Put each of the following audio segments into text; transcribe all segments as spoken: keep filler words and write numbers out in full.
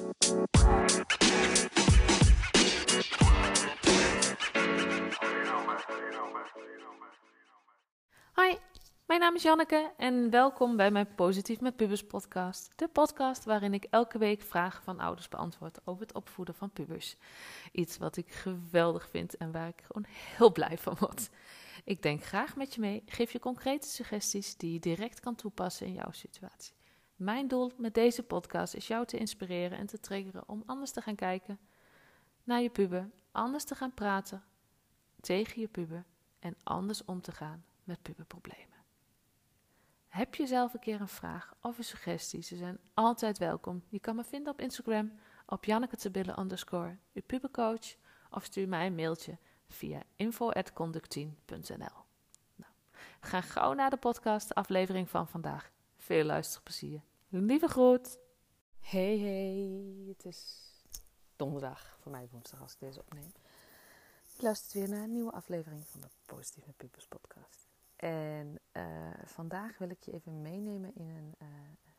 Hoi, mijn naam is Janneke en welkom bij mijn Positief met Pubers podcast. De podcast waarin ik elke week vragen van ouders beantwoord over het opvoeden van pubers. Iets wat ik geweldig vind en waar ik gewoon heel blij van word. Ik denk graag met je mee, geef je concrete suggesties die je direct kan toepassen in jouw situatie. Mijn doel met deze podcast is jou te inspireren en te triggeren om anders te gaan kijken naar je puber, anders te gaan praten tegen je puber en anders om te gaan met puberproblemen. Heb je zelf een keer een vraag of een suggestie? Ze zijn altijd welkom. Je kan me vinden op Instagram op janneketebille underscore uw pubercoach of stuur mij een mailtje via info at conductien punt n l. Nou, we gaan gauw naar de podcast, de aflevering van vandaag. Veel luisterplezier. Lieve groet. Hey hey, het is donderdag, voor mij woensdag als ik deze opneem. Je luistert weer naar een nieuwe aflevering van de Positief met Pubers podcast. En uh, vandaag wil ik je even meenemen in een, uh,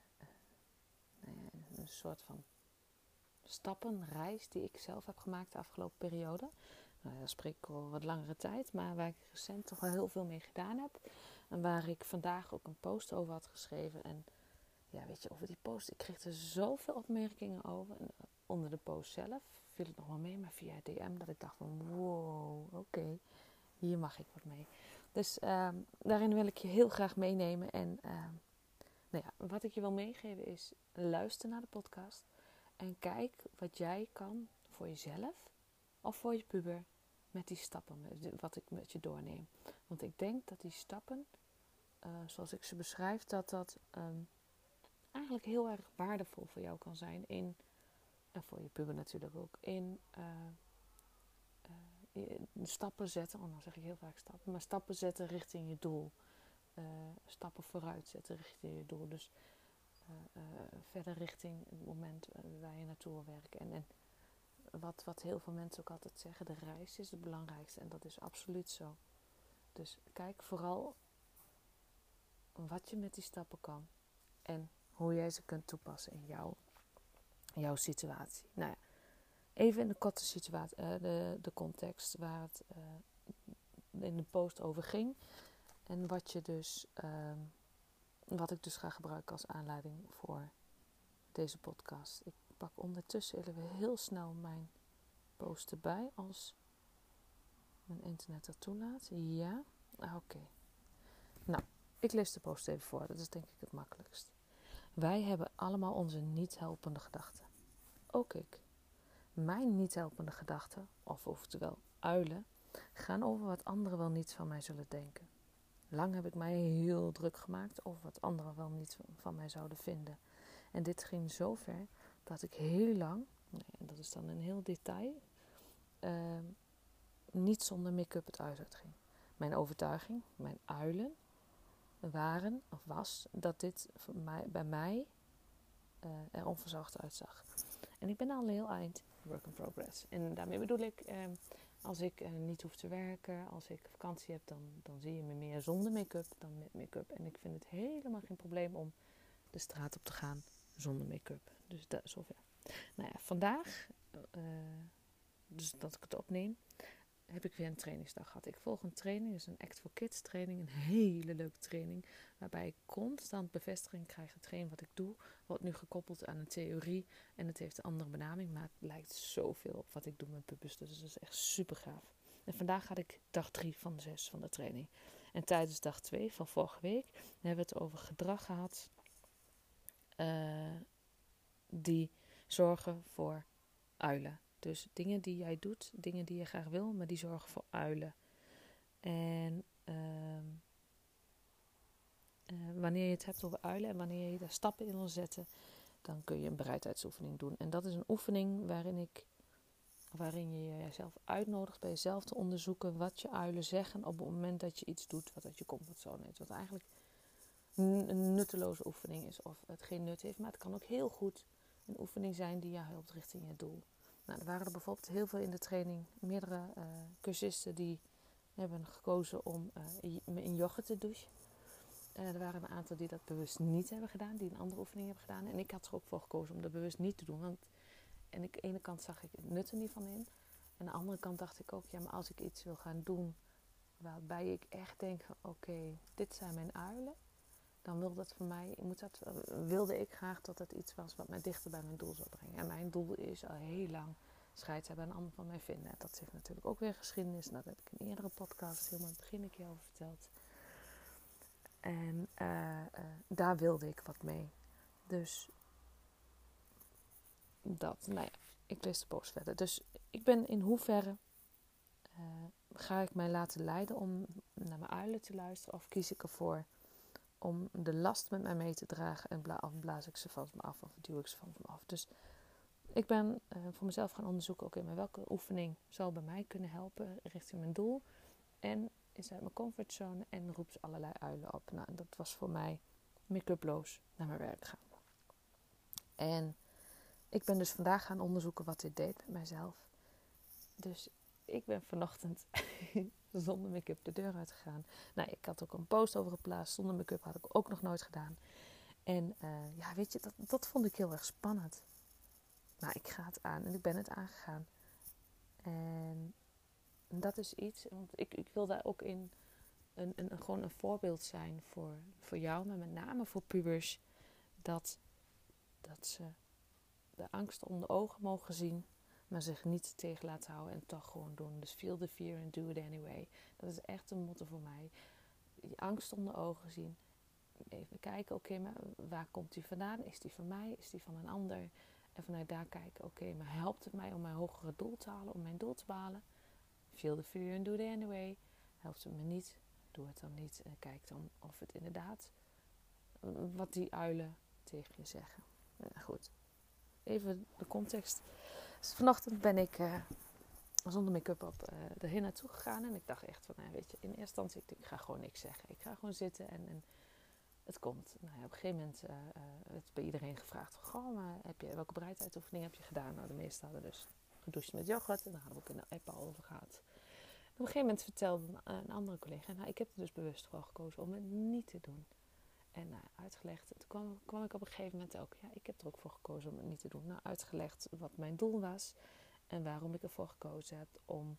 uh, een soort van stappenreis die ik zelf heb gemaakt de afgelopen periode. Nou, daar spreek ik al wat langere tijd, maar waar ik recent toch wel heel veel mee gedaan heb. En waar ik vandaag ook een post over had geschreven. En ja, weet je, over die post, ik kreeg er zoveel opmerkingen over. En onder de post zelf viel het nog wel mee, maar via D M dat ik dacht van wow, oké, okay, hier mag ik wat mee. Dus uh, daarin wil ik je heel graag meenemen. En uh, nou ja, wat ik je wil meegeven is, luister naar de podcast. En kijk wat jij kan voor jezelf of voor je puber met die stappen, wat ik met je doorneem. Want ik denk dat die stappen, uh, zoals ik ze beschrijf, dat dat um, eigenlijk heel erg waardevol voor jou kan zijn. In, en voor je puber natuurlijk ook. In uh, uh, stappen zetten, oh nou zeg ik heel vaak stappen, maar stappen zetten richting je doel. Uh, stappen vooruit zetten richting je doel. Dus uh, uh, verder richting het moment waar je naartoe wil werken. En, en wat, wat heel veel mensen ook altijd zeggen, de reis is het belangrijkste. En dat is absoluut zo. Dus kijk vooral wat je met die stappen kan. En hoe jij ze kunt toepassen in jouw, jouw situatie. Nou ja, even in de korte situatie, uh, de, de context waar het uh, in de post over ging. En wat je dus, uh, wat ik dus ga gebruiken als aanleiding voor deze podcast. Ik pak ondertussen even heel snel mijn post erbij als mijn internet dat toelaat. Ja, oké. Okay. Nou, ik lees de post even voor. Dat is denk ik het makkelijkst. Wij hebben allemaal onze niet helpende gedachten. Ook ik. Mijn niet helpende gedachten, of oftewel uilen, gaan over wat anderen wel niet van mij zullen denken. Lang heb ik mij heel druk gemaakt over wat anderen wel niet van mij zouden vinden. En dit ging zo ver dat ik heel lang, en dat is dan een heel detail, uh, niet zonder make-up het huis uitging. Mijn overtuiging, mijn uilen, waren of was dat dit voor mij, bij mij uh, er onverzorgd uitzag. En ik ben al een heel eind work in progress. En daarmee bedoel ik, uh, als ik uh, niet hoef te werken, als ik vakantie heb, dan, dan zie je me meer zonder make-up dan met make-up. En ik vind het helemaal geen probleem om de straat op te gaan zonder make-up. Dus dat, zover. Nou ja, vandaag, uh, dus dat ik het opneem, heb ik weer een trainingsdag gehad. Ik volg een training, dus een Act for Kids training. Een hele leuke training. Waarbij ik constant bevestiging krijg. Hetgeen wat ik doe wordt nu gekoppeld aan een theorie. En het heeft een andere benaming. Maar het lijkt zoveel op wat ik doe met pubers. Dus dat is echt super gaaf. En vandaag had ik dag drie van de zes van de training. En tijdens dag twee van vorige week hebben we het over gedrag gehad. Uh, die zorgen voor uilen. Dus dingen die jij doet, dingen die je graag wil, maar die zorgen voor uilen. En uh, uh, wanneer je het hebt over uilen en wanneer je daar stappen in wil zetten, dan kun je een bereidheidsoefening doen. En dat is een oefening waarin, ik, waarin je jezelf uitnodigt bij jezelf te onderzoeken wat je uilen zeggen op het moment dat je iets doet wat uit je comfortzone is. Wat eigenlijk een nutteloze oefening is of het geen nut heeft, maar het kan ook heel goed een oefening zijn die jou helpt richting je doel. Nou, er waren er bijvoorbeeld heel veel in de training, meerdere uh, cursisten die hebben gekozen om uh, in yoghurt te douchen. Uh, er waren een aantal die dat bewust niet hebben gedaan, die een andere oefening hebben gedaan. En ik had er ook voor gekozen om dat bewust niet te doen, want en ik, aan de ene kant zag ik het nut er niet van in. En aan de andere kant dacht ik ook, ja, maar als ik iets wil gaan doen waarbij ik echt denk van oké, okay, dit zijn mijn uilen. Dan wil dat voor mij, moet dat, wilde ik graag dat het iets was wat mij dichter bij mijn doel zou brengen. En mijn doel is al heel lang scheid hebben en ander van mij vinden. Dat heeft natuurlijk ook weer geschiedenis. En dat heb ik in eerdere podcasts helemaal in het begin een keer over verteld. En uh, uh, daar wilde ik wat mee. Dus dat, nou ja, ik lees de post verder. Dus ik ben in hoeverre uh, ga ik mij laten leiden om naar mijn uilen te luisteren, of kies ik ervoor om de last met mij mee te dragen en bla- of blaas ik ze van me af of duw ik ze van me af. Dus ik ben uh, voor mezelf gaan onderzoeken, oké, okay, maar welke oefening zal bij mij kunnen helpen richting mijn doel en is uit mijn comfortzone en roept allerlei uilen op. Nou, en dat was voor mij make-uploos naar mijn werk gaan. En ik ben dus vandaag gaan onderzoeken wat dit deed met mijzelf. Dus ik ben vanochtend zonder make-up de deur uitgegaan. Nou, ik had ook een post over geplaatst. Zonder make-up had ik ook nog nooit gedaan. En uh, ja, weet je, dat, dat vond ik heel erg spannend. Maar ik ga het aan en ik ben het aangegaan. En dat is iets, want ik, ik wil daar ook in een, een, een, gewoon een voorbeeld zijn voor, voor jou, maar met name voor pubers. Dat, dat ze de angst onder de ogen mogen zien, maar zich niet tegen laten houden en toch gewoon doen. Dus feel the fear and do it anyway. Dat is echt een motto voor mij. Die angst onder de ogen zien. Even kijken, oké, okay, maar waar komt die vandaan? Is die van mij? Is die van een ander? En vanuit daar kijken, oké, okay, maar helpt het mij om mijn hogere doel te halen, om mijn doel te behalen? Feel the fear and do it anyway. Helpt het me niet? Doe het dan niet. En kijk dan of het inderdaad, wat die uilen tegen je zeggen. Nou, goed. Even de context. Dus vanochtend ben ik uh, zonder make-up op uh, erheen naartoe gegaan. En ik dacht echt van, nou, weet je, in eerste instantie, ik, ik ga gewoon niks zeggen. Ik ga gewoon zitten en, en het komt. Nou ja, op een gegeven moment uh, uh, werd bij iedereen gevraagd. Goh, maar heb je, welke bereidheidsoefening heb je gedaan? Nou, de meesten hadden dus gedoucht met yoghurt. En daar hadden we ook in de app al over gehad. En op een gegeven moment vertelde een, een andere collega, nou, ik heb er dus bewust voor gekozen om het niet te doen. En nou, uitgelegd, toen kwam, kwam ik op een gegeven moment ook, ja, ik heb er ook voor gekozen om het niet te doen. Nou, uitgelegd wat mijn doel was en waarom ik ervoor gekozen heb om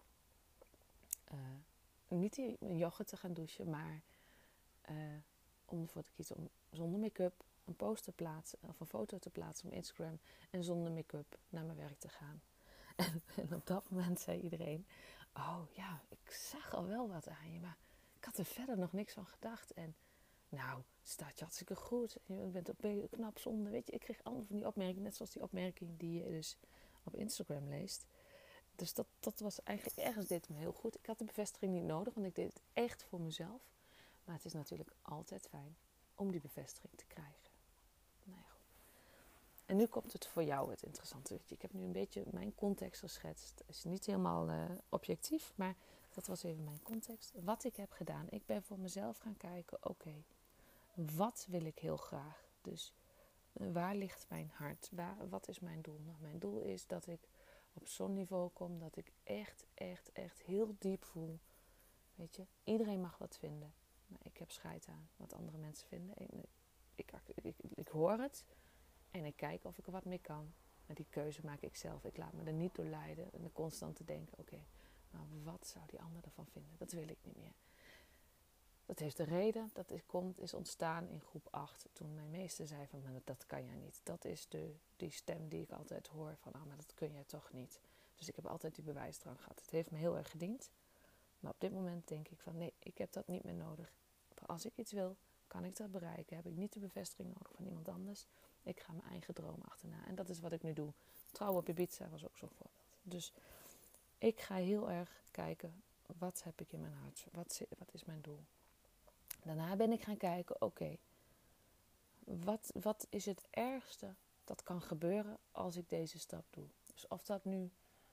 uh, niet die yoghurt te gaan douchen, maar uh, om ervoor te kiezen om zonder make-up een post te plaatsen of een foto te plaatsen op Instagram en zonder make-up naar mijn werk te gaan. En, en op dat moment zei iedereen, oh ja, ik zag al wel wat aan je, maar ik had er verder nog niks van gedacht. En nou, het staat je hartstikke goed. Je bent ook knap zonder. Weet je, ik kreeg allemaal van die opmerkingen. Net zoals die opmerking die je dus op Instagram leest. Dus dat, dat was eigenlijk ergens deed me heel goed. Ik had de bevestiging niet nodig, want ik deed het echt voor mezelf. Maar het is natuurlijk altijd fijn om die bevestiging te krijgen. Nou ja, goed. En nu komt het voor jou het interessante. Weet je, ik heb nu een beetje mijn context geschetst. Het is niet helemaal uh, objectief, maar dat was even mijn context. Wat ik heb gedaan. Ik ben voor mezelf gaan kijken, oké. Okay, wat wil ik heel graag? Dus uh, waar ligt mijn hart? Waar, wat is mijn doel? Nou, mijn doel is dat ik op zo'n niveau kom dat ik echt, echt, echt heel diep voel. Weet je, iedereen mag wat vinden. Maar ik heb scheid aan wat andere mensen vinden. Ik, ik, ik, ik, ik hoor het en ik kijk of ik er wat mee kan. Maar die keuze maak ik zelf. Ik laat me er niet door leiden en constant te denken, oké, okay, maar wat zou die ander ervan vinden? Dat wil ik niet meer. Dat heeft de reden dat het komt, is ontstaan in groep acht. Toen mijn meester zei van, maar dat kan jij niet. Dat is de, die stem die ik altijd hoor van, ah, maar dat kun jij toch niet. Dus ik heb altijd die bewijsdrang gehad. Het heeft me heel erg gediend. Maar op dit moment denk ik van, nee, ik heb dat niet meer nodig. Maar als ik iets wil, kan ik dat bereiken. Heb ik niet de bevestiging nodig van iemand anders. Ik ga mijn eigen droom achterna. En dat is wat ik nu doe. Trouwen op Ibiza was ook zo'n voorbeeld. Dus ik ga heel erg kijken, wat heb ik in mijn hart? Wat, wat is mijn doel? Daarna ben ik gaan kijken, oké, okay, wat, wat is het ergste dat kan gebeuren als ik deze stap doe? Dus of dat nu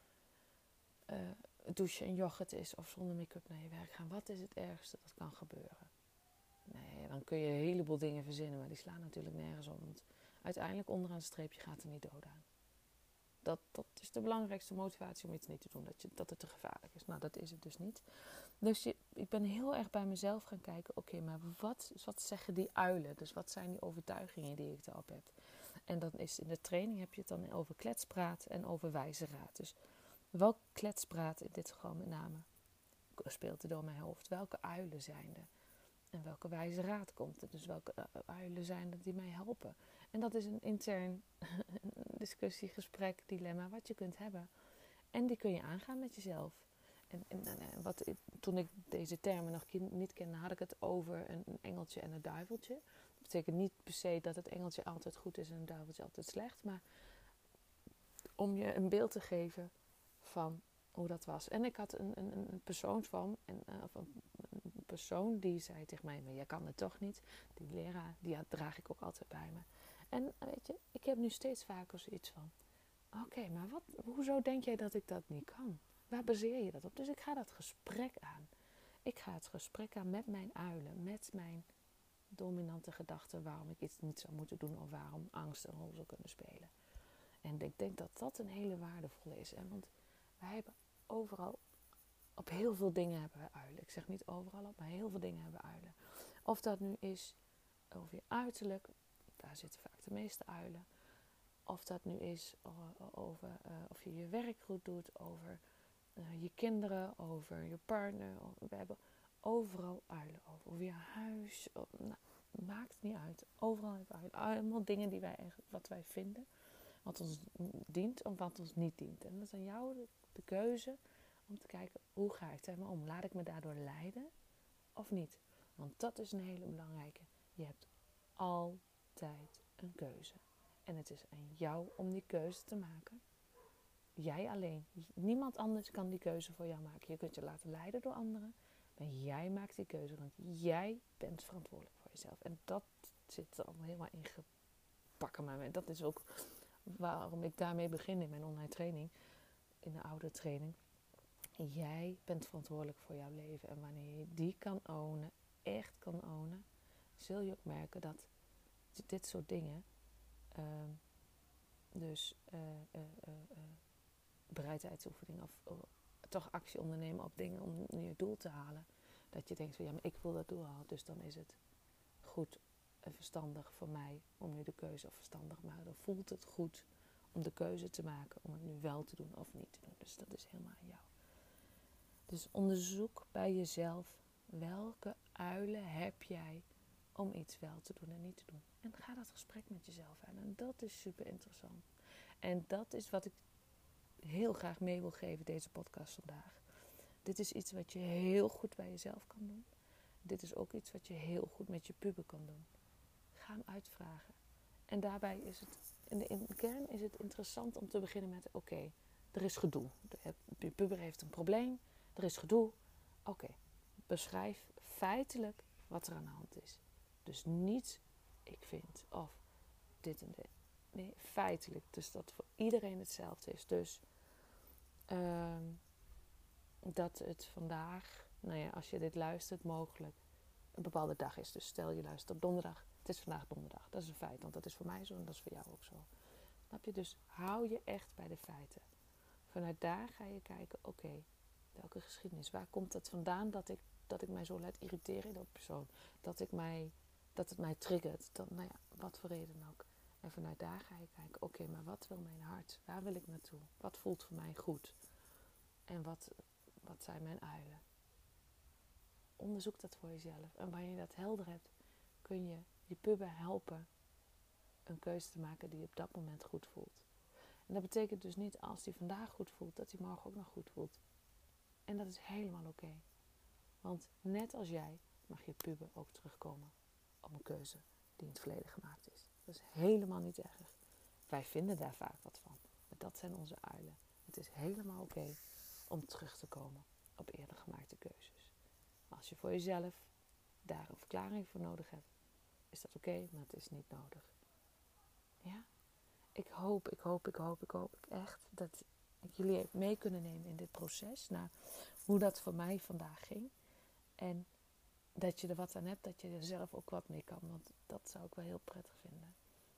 uh, douchen en yoghurt is of zonder make-up naar je werk gaan. Wat is het ergste dat kan gebeuren? Nee, dan kun je een heleboel dingen verzinnen, maar die slaan natuurlijk nergens op. Want uiteindelijk onderaan het streepje gaat er niet dood aan. Dat, dat is de belangrijkste motivatie om iets niet te doen, dat, je, dat het te gevaarlijk is. Nou, dat is het dus niet. Dus je, ik ben heel erg bij mezelf gaan kijken, oké, okay, maar wat, wat zeggen die uilen? Dus wat zijn die overtuigingen die ik daarop heb? En dan is in de training heb je het dan over kletspraat en over wijze raad. Dus welk kletspraat in dit geval met name speelt er door mijn hoofd? Welke uilen zijn er? En welke wijze raad komt er? Dus welke uilen zijn er die mij helpen? En dat is een intern discussie, gesprek, dilemma wat je kunt hebben. En die kun je aangaan met jezelf. En, en, en wat, toen ik deze termen nog niet kende, had ik het over een, een engeltje en een duiveltje. Dat betekent niet per se dat het engeltje altijd goed is en het duiveltje altijd slecht. Maar om je een beeld te geven van hoe dat was. En ik had een, een, een persoonsvorm, en, uh, of een, een persoon die zei tegen mij, maar jij kan het toch niet. Die leraar, die had, draag ik ook altijd bij me. En weet je, ik heb nu steeds vaker zoiets van, oké, okay, maar wat, hoezo denk jij dat ik dat niet kan? Waar baseer je dat op? Dus ik ga dat gesprek aan. Ik ga het gesprek aan met mijn uilen, met mijn dominante gedachten waarom ik iets niet zou moeten doen of waarom angst een rol zou kunnen spelen. En ik denk dat dat een hele waardevolle is. En want wij hebben overal, op heel veel dingen hebben we uilen. Ik zeg niet overal op, maar heel veel dingen hebben we uilen. Of dat nu is over je uiterlijk, daar zitten vaak de meeste uilen. Of dat nu is over uh, of je je werk goed doet, over uh, je kinderen, over je partner. We hebben overal uilen over. Over je huis. Of, nou, maakt het niet uit. Overal hebben we uilen. Allemaal dingen die wij, wat wij vinden. Wat ons dient of wat ons niet dient. En dat is aan jou de, de keuze om te kijken, hoe ga ik daarmee om? Laat ik me daardoor leiden of niet? Want dat is een hele belangrijke. Je hebt altijd een keuze. En het is aan jou om die keuze te maken. Jij alleen. Niemand anders kan die keuze voor jou maken. Je kunt je laten leiden door anderen. Maar jij maakt die keuze. Want jij bent verantwoordelijk voor jezelf. En dat zit er allemaal helemaal ingepakken. Maar dat is ook waarom ik daarmee begin in mijn online training. In de oude training. Jij bent verantwoordelijk voor jouw leven. En wanneer je die kan ownen. Echt kan ownen. Zul je ook merken dat dit soort dingen. Uh, dus uh, uh, uh, uh, bereidheidsoefening of uh, toch actie ondernemen op dingen om je doel te halen. Dat je denkt van ja, maar ik wil dat doel halen, dus dan is het goed en verstandig voor mij om nu de keuze of verstandig maar dan voelt het goed om de keuze te maken om het nu wel te doen of niet te doen. Dus dat is helemaal aan jou. Dus onderzoek bij jezelf welke uilen heb jij om iets wel te doen en niet te doen. En ga dat gesprek met jezelf aan. En dat is super interessant. En dat is wat ik heel graag mee wil geven, deze podcast vandaag. Dit is iets wat je heel goed bij jezelf kan doen. Dit is ook iets wat je heel goed met je puber kan doen. Ga hem uitvragen. En daarbij is het, in de, in de kern is het interessant om te beginnen met, oké, okay, er is gedoe. De puber heeft een probleem, er is gedoe. Oké, okay, beschrijf feitelijk wat er aan de hand is. Dus niet, ik vind, of dit en dit. Nee, feitelijk. Dus dat voor iedereen hetzelfde is. Dus uh, dat het vandaag, nou ja, als je dit luistert, mogelijk een bepaalde dag is. Dus stel je luistert op donderdag. Het is vandaag donderdag. Dat is een feit, want dat is voor mij zo en dat is voor jou ook zo. Snap je? Dus hou je echt bij de feiten. Vanuit daar ga je kijken, oké, okay, welke geschiedenis? Waar komt het vandaan dat ik, dat ik mij zo laat irriteren door de persoon? Dat, ik mij, dat het mij triggert? Dat, nou ja, wat voor reden ook. En vanuit daar ga je kijken, oké, okay, maar wat wil mijn hart? Waar wil ik naartoe? Wat voelt voor mij goed? En wat, wat zijn mijn uilen? Onderzoek dat voor jezelf. En wanneer je dat helder hebt, kun je je puber helpen een keuze te maken die op dat moment goed voelt. En dat betekent dus niet als hij vandaag goed voelt, dat hij morgen ook nog goed voelt. En dat is helemaal oké. Okay. Want net als jij mag je puber ook terugkomen op een keuze die in het verleden gemaakt is. Dat is helemaal niet erg. Wij vinden daar vaak wat van. Maar dat zijn onze uilen. Het is helemaal oké okay om terug te komen op eerder gemaakte keuzes. Maar als je voor jezelf daar een verklaring voor nodig hebt, is dat oké, okay, maar het is niet nodig. Ja? Ik hoop, ik hoop, ik hoop, ik hoop echt dat ik jullie heb mee kunnen nemen in dit proces. Naar hoe dat voor mij vandaag ging. En dat je er wat aan hebt, dat je er zelf ook wat mee kan. Want dat zou ik wel heel prettig vinden.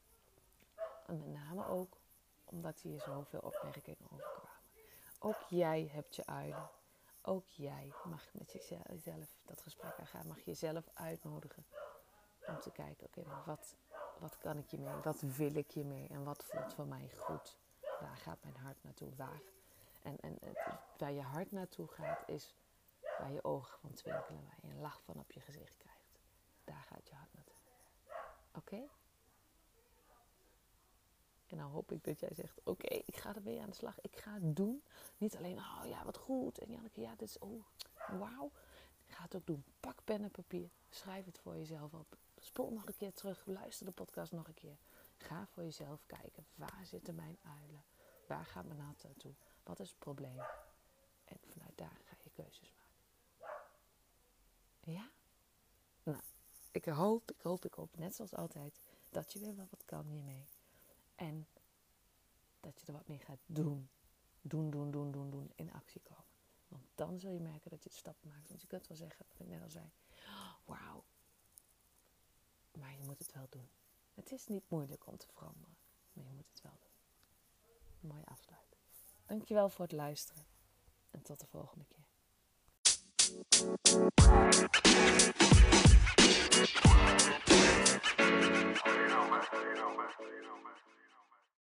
En met name ook omdat hier zoveel opmerkingen over kwamen. Ook jij hebt je uilen. Ook jij mag met jezelf dat gesprek aangaan. Mag jezelf uitnodigen om te kijken, oké, okay, maar wat, Wat kan ik hiermee? Wat wil ik hiermee? En wat voelt voor mij goed? Waar gaat mijn hart naartoe? Waar? En, en het, waar je hart naartoe gaat, is waar je ogen van twinkelen, waar je een lach van op je gezicht krijgt. Daar gaat je hart naartoe. Oké? Okay? En dan hoop ik dat jij zegt, oké, okay, ik ga ermee aan de slag. Ik ga het doen. Niet alleen, oh ja, wat goed. En Janneke, ja, dit is, oh, wauw. Ga het ook doen. Pak pen en papier. Schrijf het voor jezelf op. Spoel nog een keer terug. Luister de podcast nog een keer. Ga voor jezelf kijken. Waar zitten mijn uilen? Waar gaat mijn hart naartoe? Wat is het probleem? En vanuit daar ga je keuzes maken. Ja? Nou, ik hoop, ik hoop, ik hoop, net zoals altijd, dat je weer wel wat kan hiermee. En dat je er wat mee gaat doen. Doen, doen, doen, doen, doen. In actie komen. Want dan zul je merken dat je de stappen maakt. Want je kunt wel zeggen, wat ik net al zei. Wauw. Maar je moet het wel doen. Het is niet moeilijk om te veranderen. Maar je moet het wel doen. Mooie afsluiting. Dankjewel voor het luisteren. En tot de volgende keer.